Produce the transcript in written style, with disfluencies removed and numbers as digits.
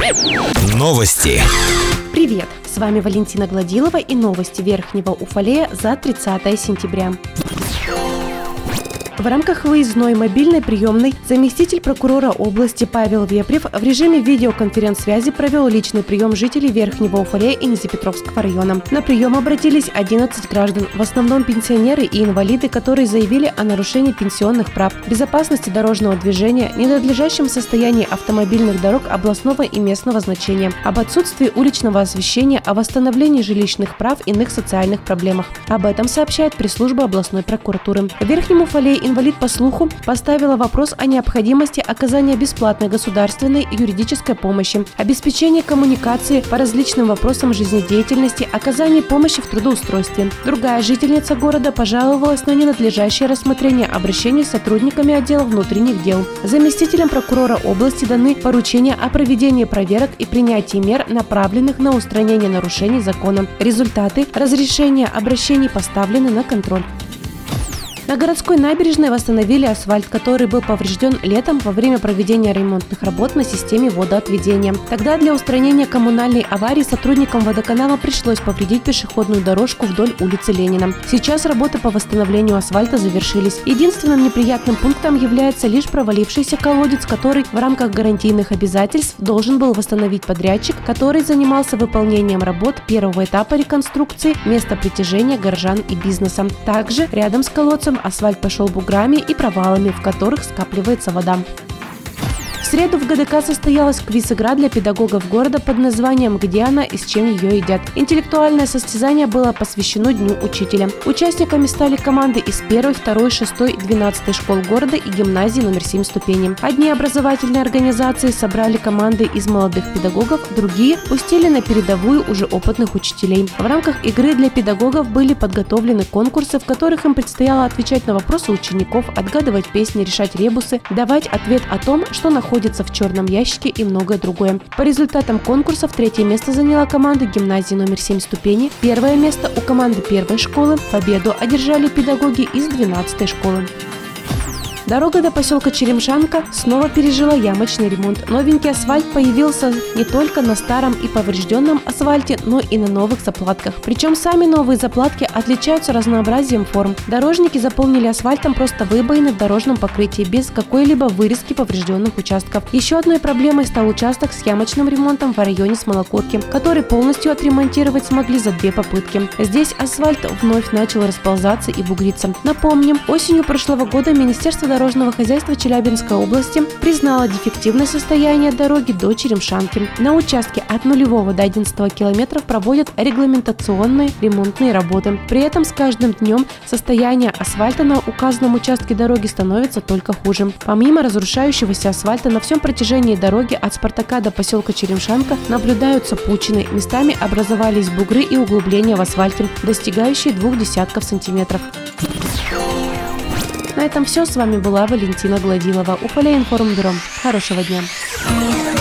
Новости. Привет! С вами Валентина Гладилова и новости Верхнего Уфалея за 30 сентября. В рамках выездной мобильной приемной заместитель прокурора области Павел Вепрев в режиме видеоконференц-связи провел личный прием жителей Верхнего Уфалея и Нязепетровского района. На прием обратились 11 граждан, в основном пенсионеры и инвалиды, которые заявили о нарушении пенсионных прав, безопасности дорожного движения, ненадлежащем состоянии автомобильных дорог областного и местного значения, об отсутствии уличного освещения, о восстановлении жилищных прав и иных социальных проблемах. Об этом сообщает пресс-служба областной прокуратуры. В Верхнем Уфалее инвалид по слуху поставила вопрос о необходимости оказания бесплатной государственной и юридической помощи, обеспечения коммуникации по различным вопросам жизнедеятельности, оказания помощи в трудоустройстве. Другая жительница города пожаловалась на ненадлежащее рассмотрение обращений с сотрудниками отдела внутренних дел. Заместителям прокурора области даны поручения о проведении проверок и принятии мер, направленных на устранение нарушений закона. Результаты разрешения обращений поставлены на контроль. На городской набережной восстановили асфальт, который был поврежден летом во время проведения ремонтных работ на системе водоотведения. Тогда для устранения коммунальной аварии сотрудникам водоканала пришлось повредить пешеходную дорожку вдоль улицы Ленина. Сейчас работы по восстановлению асфальта завершились. Единственным неприятным пунктом является лишь провалившийся колодец, который в рамках гарантийных обязательств должен был восстановить подрядчик, который занимался выполнением работ первого этапа реконструкции места притяжения горожан и бизнеса. Также рядом с колодцем асфальт пошел буграми и провалами, в которых скапливается вода. В среду в ГДК состоялась квиз-игра для педагогов города под названием «Где она и с чем ее едят?». Интеллектуальное состязание было посвящено Дню учителя. Участниками стали команды из 1, 2, 6 и 12 школ города и гимназии номер 7 ступени. Одни образовательные организации собрали команды из молодых педагогов, другие пустили на передовую уже опытных учителей. В рамках игры для педагогов были подготовлены конкурсы, в которых им предстояло отвечать на вопросы учеников, отгадывать песни, решать ребусы, давать ответ о том, что находится в черном ящике и многое другое. По результатам конкурсов 3-е место заняла команда гимназии номер 7 ступени, 1-е место у команды 1-й школы, победу одержали педагоги из 12-й школы. Дорога до поселка Черемшанка снова пережила ямочный ремонт. Новенький асфальт появился не только на старом и поврежденном асфальте, но и на новых заплатках. Причем сами новые заплатки отличаются разнообразием форм. Дорожники заполнили асфальтом просто выбоины в дорожном покрытии без какой-либо вырезки поврежденных участков. Еще одной проблемой стал участок с ямочным ремонтом в районе Смолокурки, который полностью отремонтировать смогли за 2 попытки. Здесь асфальт вновь начал расползаться и бугриться. Напомним, осенью прошлого года Министерство дорожного хозяйства Челябинской области признало дефективное состояние дороги до Черемшанки. На участке от 0 до 11 километров проводят регламентационные ремонтные работы. При этом с каждым днем состояние асфальта на указанном участке дороги становится только хуже. Помимо разрушающегося асфальта на всем протяжении дороги от Спартака до поселка Черемшанка наблюдаются пучины. Местами образовались бугры и углубления в асфальте, достигающие 0,2 сантиметров. На этом все. С вами была Валентина Гладилова. Уфалеинформбюро. Хорошего дня.